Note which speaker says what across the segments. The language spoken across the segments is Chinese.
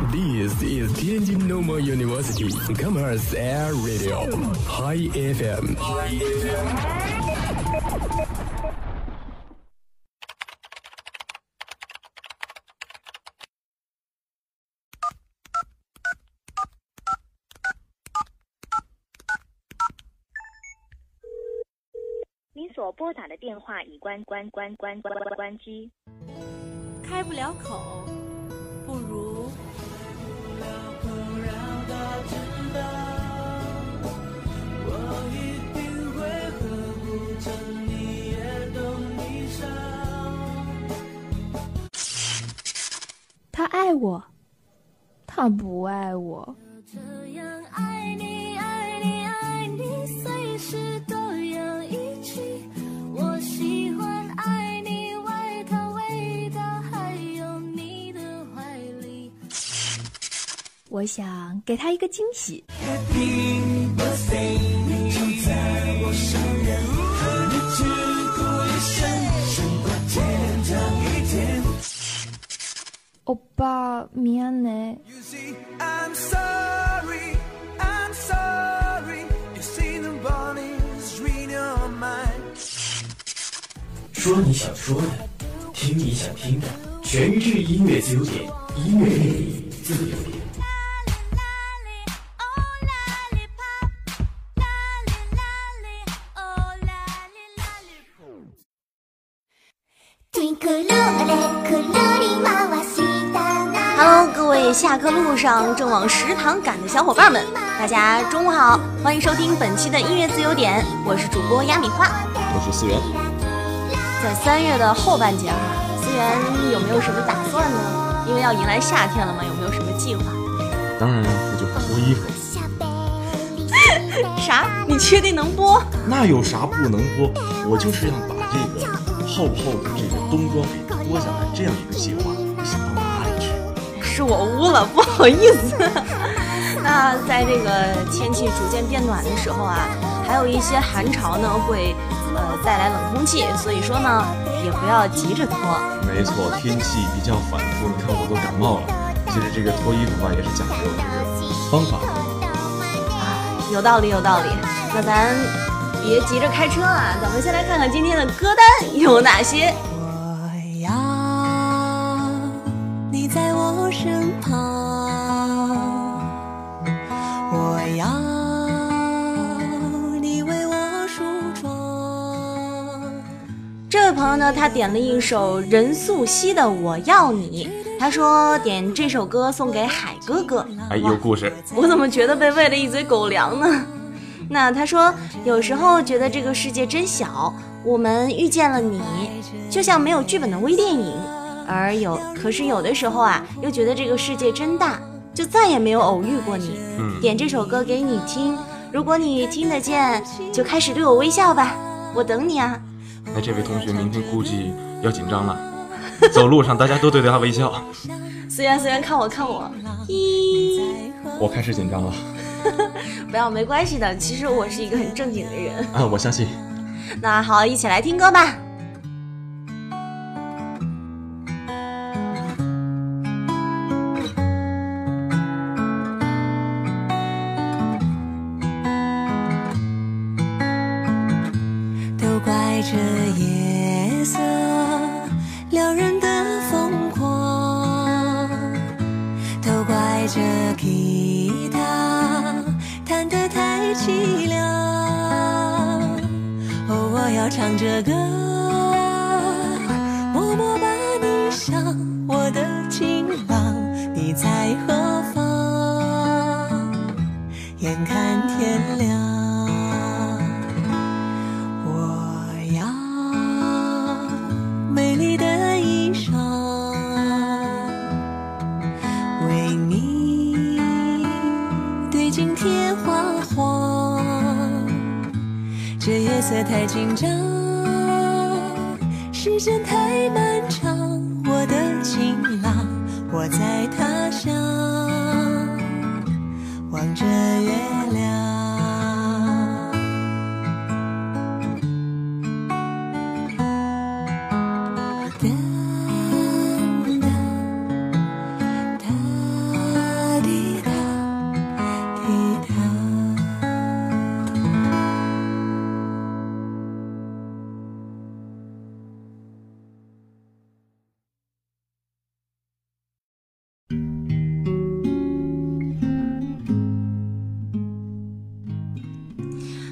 Speaker 1: This is Tianjin Normal University Commerce Air Radio High FM。
Speaker 2: 您所拨打的电话已关机。
Speaker 3: 开不了口，不如
Speaker 4: 他爱我，他不爱我。
Speaker 3: 这样爱你爱你爱你，随时都要一起。我喜欢爱你外套味道，还有你的怀里。
Speaker 4: 我想给他一个惊喜。
Speaker 5: Happy birthday， 你就在我身边，和你只过一生，胜过天长一天。
Speaker 4: 欧巴，미안해。
Speaker 5: You see, I'm sorry, I'm sorry. You see the bodies read your mind.
Speaker 6: 说你想说的，听你想听的，全智音乐自由点，音乐魅力自由点。
Speaker 3: Hello， 各位下课路上正往食堂赶的小伙伴们，大家中午好，欢迎收听本期的音乐自由点，我是主播鸭米花，
Speaker 7: 我是思源。
Speaker 3: 在3月的后半节思源有没有什么打算呢？因为要迎来夏天了嘛，有没有什么计划？
Speaker 7: 当然不就是脱衣服。
Speaker 3: 啥？你确定能播？
Speaker 7: 那有啥不能播？我就是要把这个厚厚的这个冬装给脱下来，这样一个计划，你想到哪里去？
Speaker 3: 是我污了，不好意思。那在这个天气逐渐变暖的时候啊，还有一些寒潮呢会带来冷空气，所以说呢也不要急着脱。
Speaker 7: 没错，天气比较反复，你看我都感冒了。其实这个脱衣服吧，也是讲究这个方法。
Speaker 3: 有道理，有道理。那咱别急着开车啊，咱们先来看看今天的歌单有哪些。
Speaker 5: 我要你在我身旁，我要你为我梳妆。
Speaker 3: 这位朋友呢，他点了一首任素汐的《我要你》，他说点这首歌送给海哥哥。
Speaker 7: 哎，有故事。
Speaker 3: 我怎么觉得被喂了一嘴狗粮呢？那他说有时候觉得这个世界真小，我们遇见了你就像没有剧本的微电影，可是有的时候啊又觉得这个世界真大，就再也没有偶遇过你。点这首歌给你听，如果你听得见就开始对我微笑吧，我等你啊。
Speaker 7: 那这位同学明天估计要紧张了，走路上大家都对他微笑。
Speaker 3: 思源看我，咦，
Speaker 7: 我开始紧张了。
Speaker 3: 不要，没关系的，其实我是一个很正经的人
Speaker 7: 啊，我相信。
Speaker 3: 那好，一起来听歌吧。
Speaker 5: 都怪这夜色撩人的疯狂，都怪这吉他弹得太凄凉。哦，我要唱着歌，默默把你想，我的情郎，你在何方？眼看天亮。美丽的衣裳，为你对镜贴花黄。这夜色太紧张，时间太漫长。我的情郎，我在他乡，望着月亮。哒哒哒。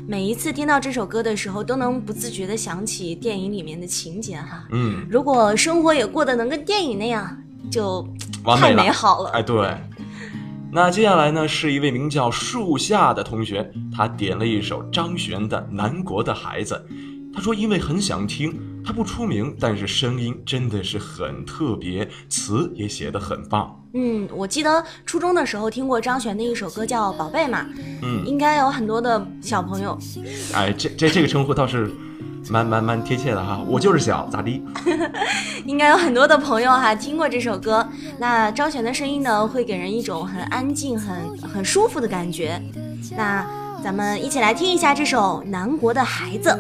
Speaker 3: 每一次听到这首歌的时候，都能不自觉地想起电影里面的情节哈。如果生活也过得能跟电影那样，就太美好了。
Speaker 7: 哎，对。那接下来呢，是一位名叫树下的同学，他点了一首张悬的《南国的孩子》。他说因为很想听，他不出名，但是声音真的是很特别，词也写得很棒。
Speaker 3: 我记得初中的时候听过张悬的一首歌叫《宝贝》嘛，应该有很多的小朋友。
Speaker 7: 哎，这个称呼倒是蛮贴切的哈，我就是小咋地？
Speaker 3: 应该有很多的朋友哈听过这首歌。那张悬的声音呢，会给人一种很安静、很舒服的感觉。那咱们一起来听一下这首《南国的孩子》。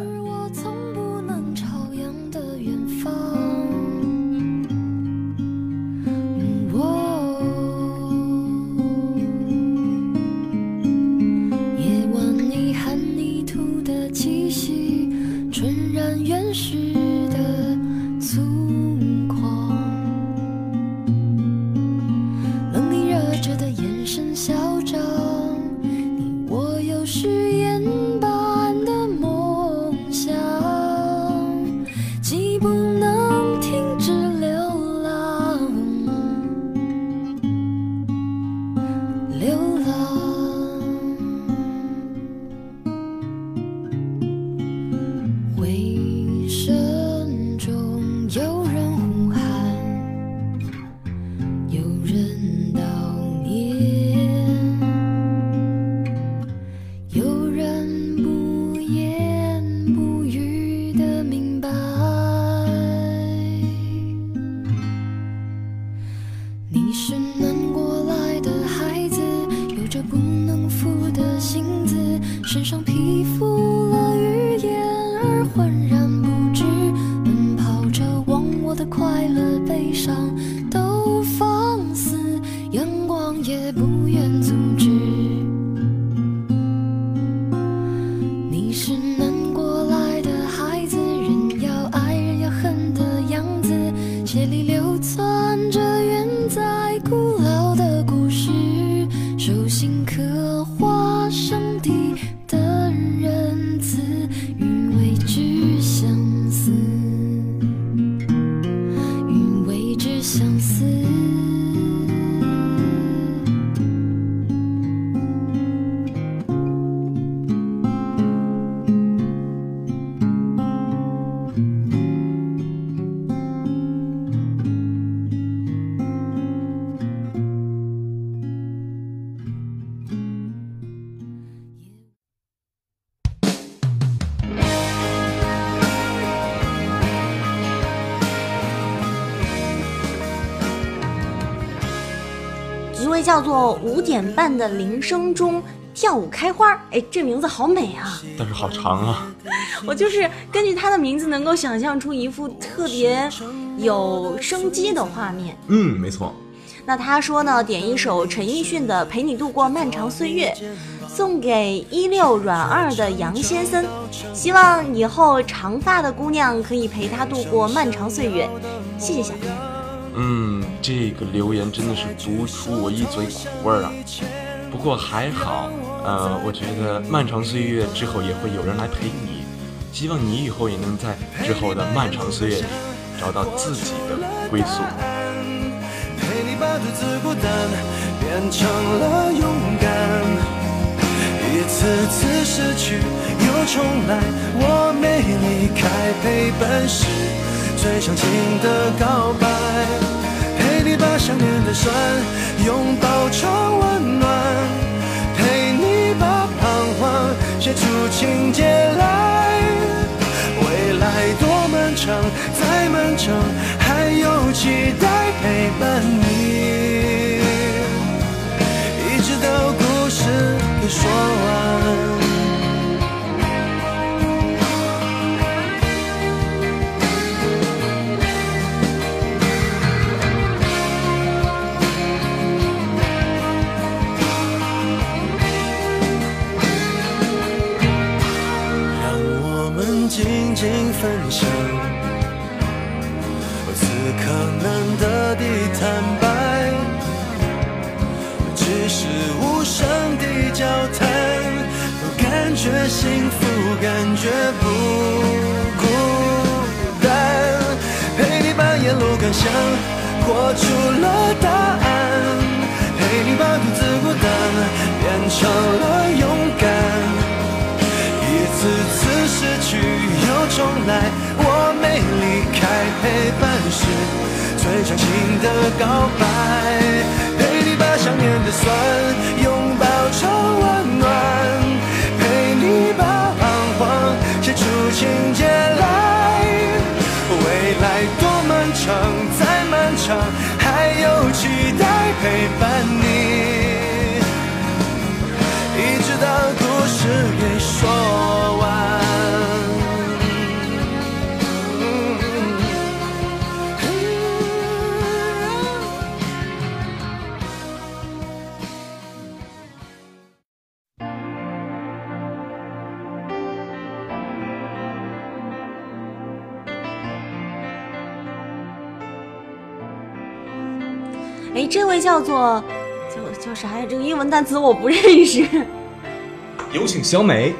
Speaker 3: 一位叫做5点半的铃声中跳舞开花，哎，这名字好美啊，
Speaker 7: 但是好长啊。
Speaker 3: 我就是根据他的名字能够想象出一幅特别有生机的画面。
Speaker 7: 没错。
Speaker 3: 那他说呢，点一首陈奕迅的《陪你度过漫长岁月》，送给16软2的杨先生，希望以后长发的姑娘可以陪他度过漫长岁月。谢谢小编。
Speaker 7: 这个留言真的是读出我一嘴苦味啊。不过还好，我觉得漫长岁月之后也会有人来陪你，希望你以后也能在之后的漫长岁月里找到自己的归宿。
Speaker 8: 陪你把独自孤单变成了勇敢，一次次失去又重来，我没离开陪伴时最长情的告白，陪你把想念的酸拥抱成温暖，陪你把彷徨写出情节来，未来多漫长，再漫长还有期待陪伴你，一直到故事给说完。静静分享此刻难得的坦白，只是无声的交谈，都感感觉幸福，感觉不孤单，陪你把沿路感想活出了答案，陪你把独自孤单变成了勇敢。一次次失去又重来，我没离开，陪伴是最长情的告白，陪你把想念的酸拥抱成温暖，陪你把彷徨写出情节来，未来多漫长再漫长，还有期待陪伴你，一直到故事给说完。
Speaker 3: 哎，这位叫做叫啥呀？这个英文单词我不认识。
Speaker 9: 有请小美。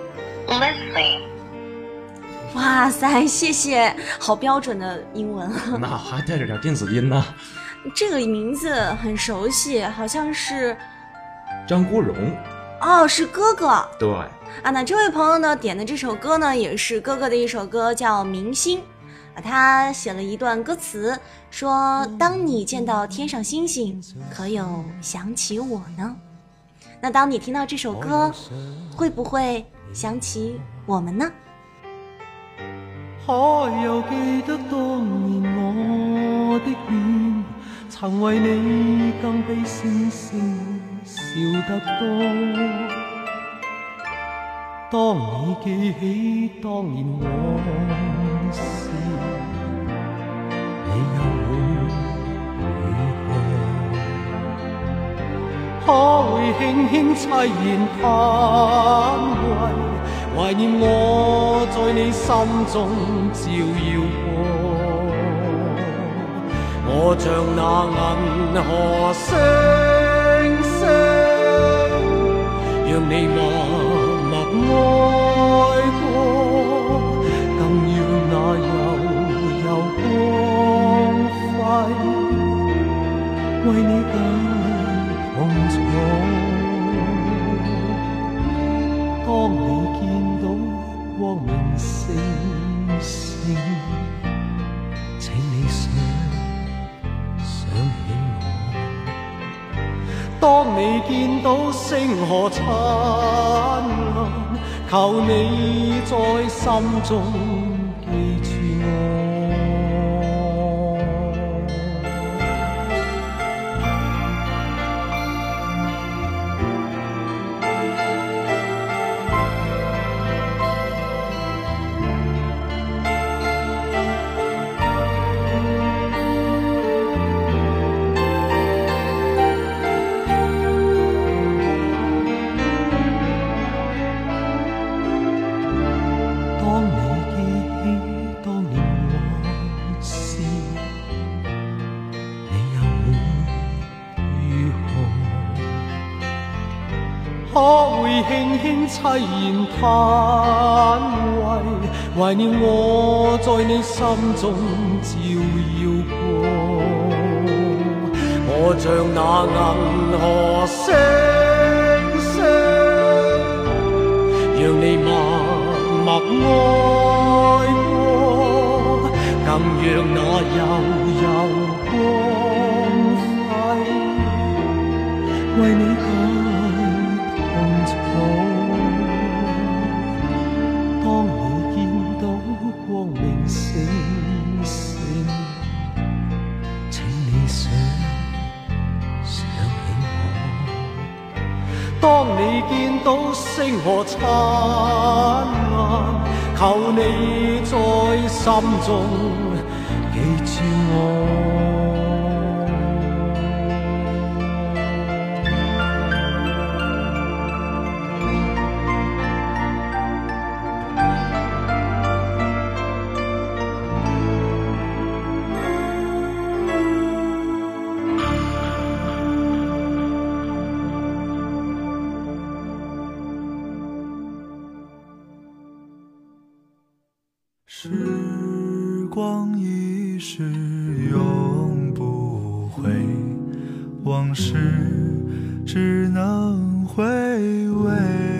Speaker 3: 哇塞，谢谢，好标准的英文。
Speaker 7: 那还带着点电子音呢。
Speaker 3: 这个名字很熟悉，好像是
Speaker 7: 张国荣。
Speaker 3: 哦，是哥哥。
Speaker 7: 对
Speaker 3: 啊，那这位朋友呢点的这首歌呢，也是哥哥的一首歌，叫《明星》。他写了一段歌词，说：当你见到天上星星，可有想起我呢？那当你听到这首歌，会不会想起我们呢？
Speaker 8: 可有記得當年我的臉，曾為你更比星星笑得多。當你記起當年往事，你又會如何？可會輕輕凄然嘆為，懷念我在你心中照耀過，我像那銀河星星，讓你默默愛過，更要那悠悠光輝為你更痛楚。當你見到光明星星，請你想起我。當你見到星河燦爛，求你在心中記住我。可會輕輕凄然嘆為，懷念我在你心中照耀過，我像那銀河星星，讓你默默愛過，更讓那悠悠光輝為你當你見到光明星星，請你想起我。當你見到星河燦爛，求你在心中記住我。 时光一逝永不回，往事只能回味。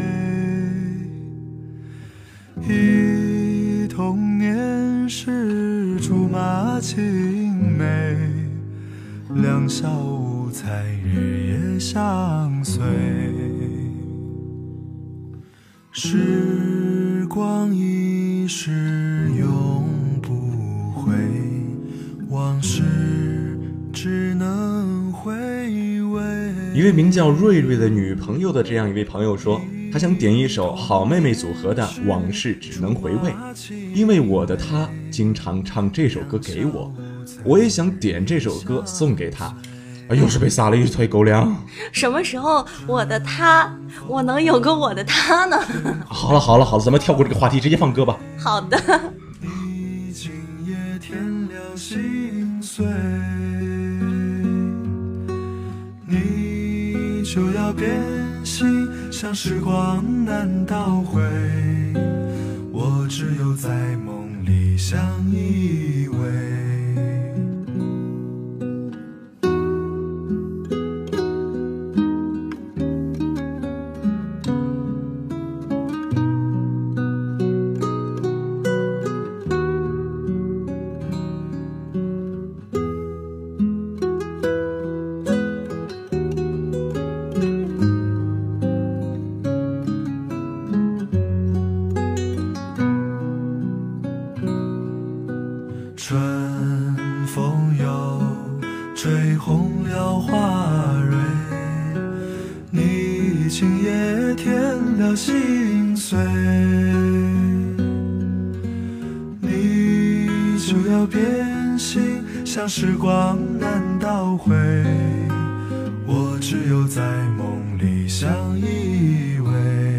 Speaker 8: 忆童年时竹马青梅，两小无猜日夜相随。时光一逝永不回，往事只能回味。
Speaker 9: 一位名叫瑞瑞的女朋友的这样一位朋友说，她想点一首好妹妹组合的《往事只能回味》，因为我的她经常唱这首歌给我，我也想点这首歌送给她。又是被撒了一堆狗粮。
Speaker 3: 什么时候我能有个我的他呢？
Speaker 9: 好了，咱们跳过这个话题，直接放歌吧。
Speaker 3: 好的。
Speaker 8: 已经也添了心碎，你就要变心，像时光难倒回，我只有在梦里相依偎。春风又吹红了花蕊，你已经也添了心碎，你就要变心，像时光难倒回，我只有在梦里相依偎。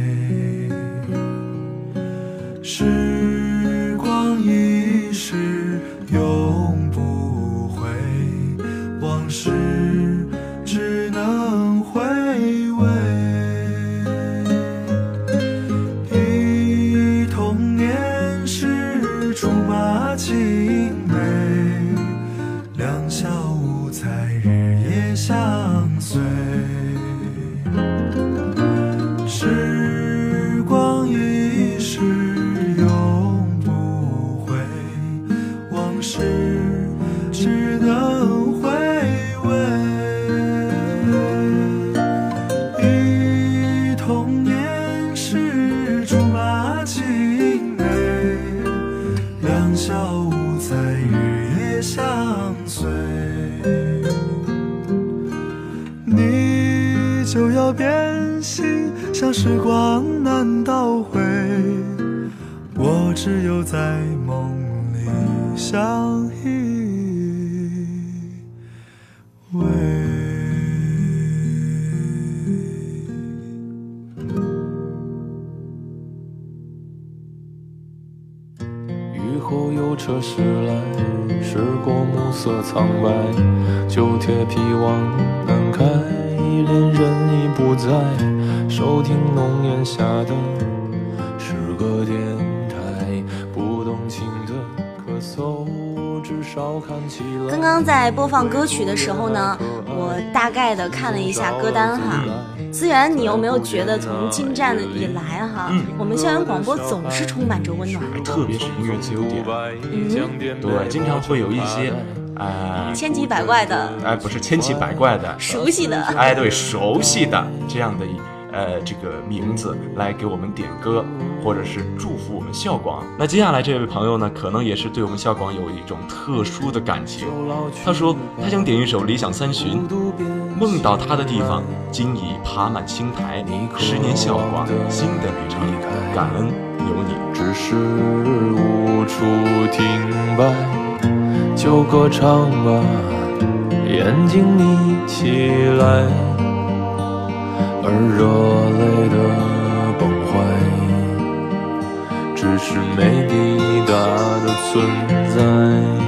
Speaker 8: 时光一逝永不回，往事只能回味。忆童年时竹马青梅，两小无猜日夜相随。时光一逝永不回，往事只能回味。忆童年时竹马青梅，两小无猜日夜相随，你就要变心，像时光难倒回，我只有在梦里相依偎。
Speaker 10: 雨后有车驶来，驶过暮色苍白，旧铁皮往南开，恋人已不在，收听浓烟下的是个电台，不动情的咳嗽，至少看起来。
Speaker 3: 刚刚在播放歌曲的时候呢，我大概的看了一下歌单哈。资源，你有没有觉得从进站以来哈，我们校园广播总是充满着温暖，
Speaker 7: 特别是音乐自由点，对，经常会有一些
Speaker 3: 千奇百怪的，
Speaker 7: 不是千奇百怪的，
Speaker 3: 熟悉的，
Speaker 7: 对，熟悉的这样的这个名字来给我们点歌，或者是祝福我们校广。那接下来这位朋友呢，可能也是对我们校广有一种特殊的感情。他说他想点一首《理想三旬》，梦到他的地方今已爬满青苔，10年校广新的旅程，感恩有你。
Speaker 10: 只是无处停摆，就歌唱吧，眼睛眯起来，而热泪的崩坏，只是没抵达的存在。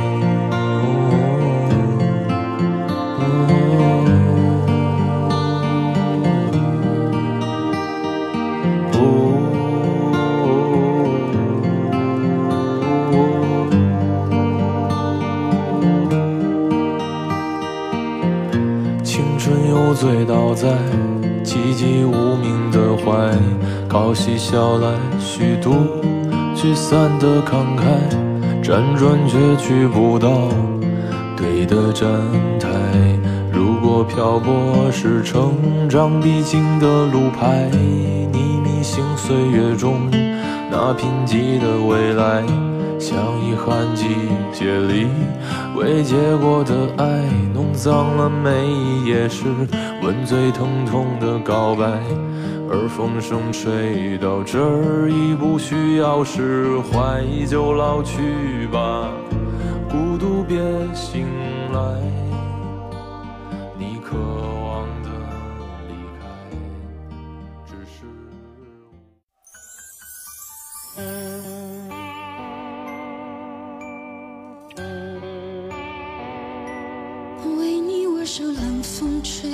Speaker 10: 春又醉倒在寂寂无名的怀，靠嬉笑来虚度聚散的慷慨，辗转却去不到对的站台。如果漂泊是成长必经的路牌，你迷信岁月中那贫瘠的未来，像遗憾季节里未结果的爱，弄脏了每一页是吻最疼痛的告白。而风声吹到这儿已不需要释怀，就老去吧，孤独别醒来，你渴望的离开只是
Speaker 11: 为你我受冷风吹。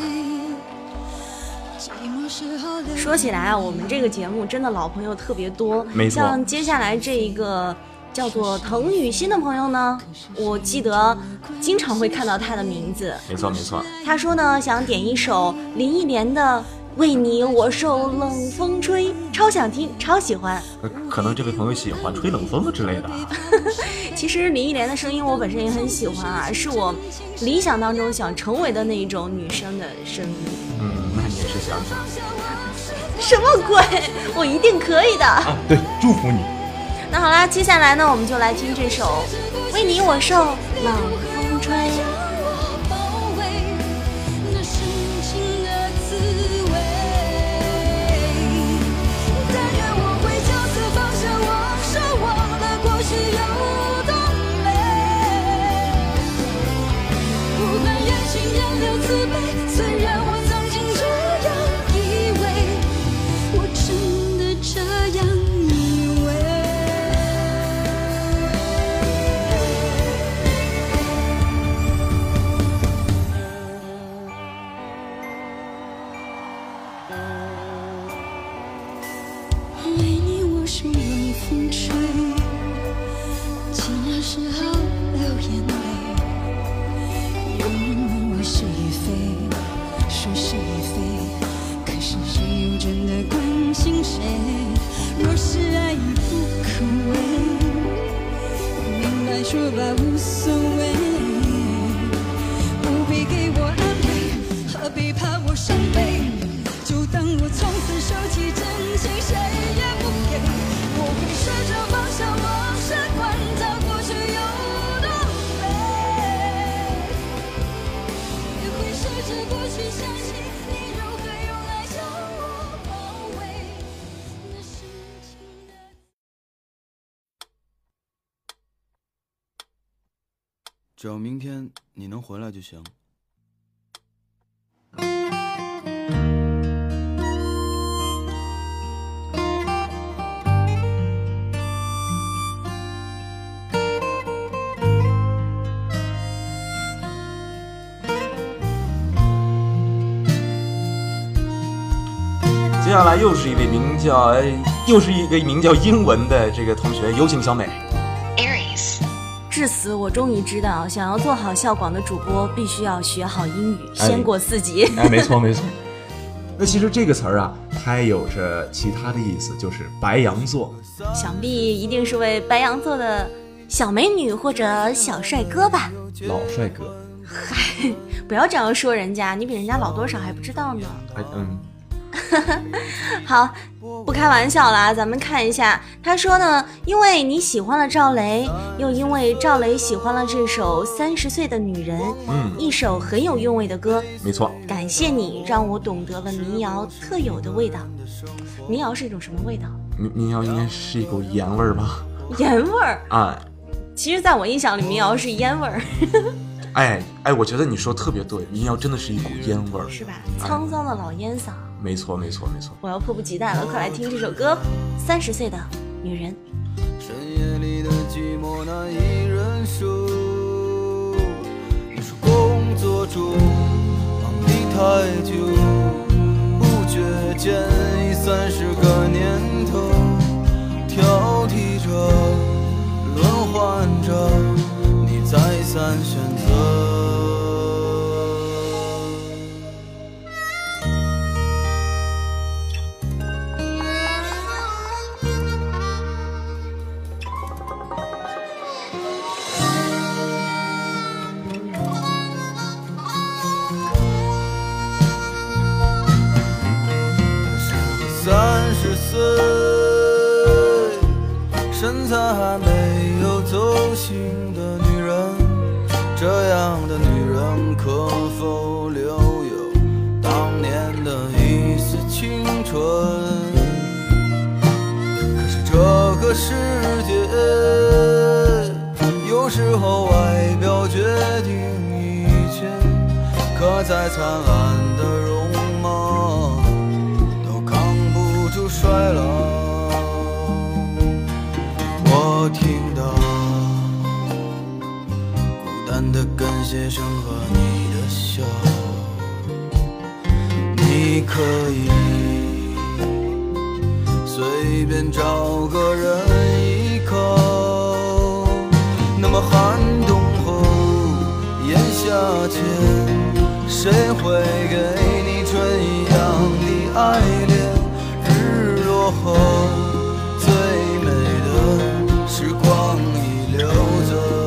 Speaker 3: 说起来啊，我们这个节目真的老朋友特别多，
Speaker 7: 没错。
Speaker 3: 像接下来这一个叫做滕雨欣的朋友呢，我记得经常会看到他的名字。
Speaker 7: 没错没错。
Speaker 3: 他说呢，想点一首林忆莲的《为你我受冷风吹》，超想听，超喜欢。
Speaker 7: 可能这位朋友喜欢吹冷风了之类的。
Speaker 3: 其实林忆莲的声音我本身也很喜欢啊，是我理想当中想成为的那种女生的声音。
Speaker 7: 那你也是想想。
Speaker 3: 什么鬼？我一定可以的。
Speaker 9: 啊，对，祝福你。
Speaker 3: 那好啦，接下来呢，我们就来听这首《为你我受冷风吹》。
Speaker 11: 说吧，无所谓，不必给我安慰，何必怕我伤悲？就当我从此收起真心，谁也不给。我会试着放下往事，管它过去有多美，也会试着不去想起你如何用爱将我包围。那深情的。
Speaker 8: 只要明天你能回来就行。
Speaker 7: 接下来又是一位名叫英文的这个同学，有请小美。
Speaker 3: 至此我终于知道，想要做好校广的主播必须要学好英语，先过4级。
Speaker 9: 没错没错。那其实这个词儿啊，它也有着其他的意思，就是白羊座。
Speaker 3: 想必一定是位白羊座的小美女或者小帅哥吧。
Speaker 9: 老帅哥。
Speaker 3: 嗨，不要这样说人家，你比人家老多少还不知道呢。好，不开玩笑啦，咱们看一下，他说呢，因为你喜欢了赵雷，又因为赵雷喜欢了这首30岁的女人，一首很有韵味的歌。
Speaker 7: 没错，
Speaker 3: 感谢你让我懂得了民谣特有的味道。民谣是一种什么味道？
Speaker 7: 民谣应该是一股盐味儿吧？
Speaker 3: 盐味儿
Speaker 7: 啊，
Speaker 3: 其实在我印象里民谣是烟味儿。
Speaker 7: 哎，我觉得你说特别对，民谣真的是一股烟味儿，
Speaker 3: 是吧？沧桑的老烟嗓。
Speaker 7: 没错没错没错。
Speaker 3: 我要迫不及待了，快来听这首歌《30岁的女人》。
Speaker 8: 深夜里的寂寞难以忍受，你说工作中忙得太久，不觉间已30个年头，挑剔着轮换着你再三选择。 在还没有走心的女人，这样的女人可否留有当年的一丝青春？可是这个世界有时候外表决定一切，可再灿烂的容貌都扛不住衰老。我听到孤单的感谢声和你的笑，你可以随便找个人依靠，那么寒冬后炎夏前，谁会给你春一样的爱恋？日落后最美的时光已流走。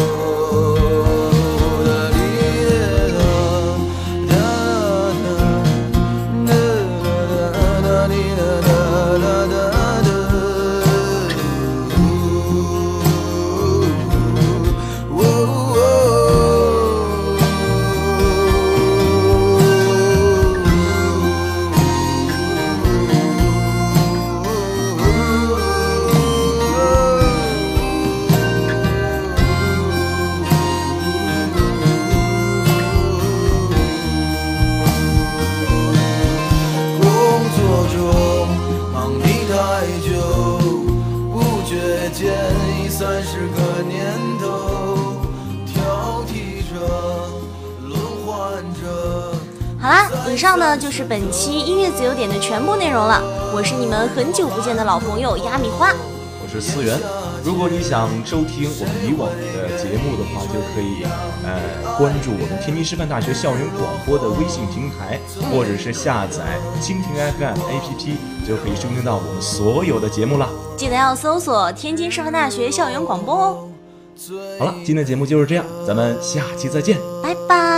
Speaker 3: 好啦，以上呢就是本期音乐自由点的全部内容了。我是你们很久不见的老朋友鸭米花，
Speaker 9: 我是思源。如果你想收听我们以往的节目的话，就可以关注我们天津师范大学校园广播的微信平台，或者是下载蜻蜓 FM APP， 就可以收听到我们所有的节目了。
Speaker 3: 记得要搜索天津师范大学校园广播哦。
Speaker 9: 好了，今天的节目就是这样，咱们下期再见，
Speaker 3: 拜拜。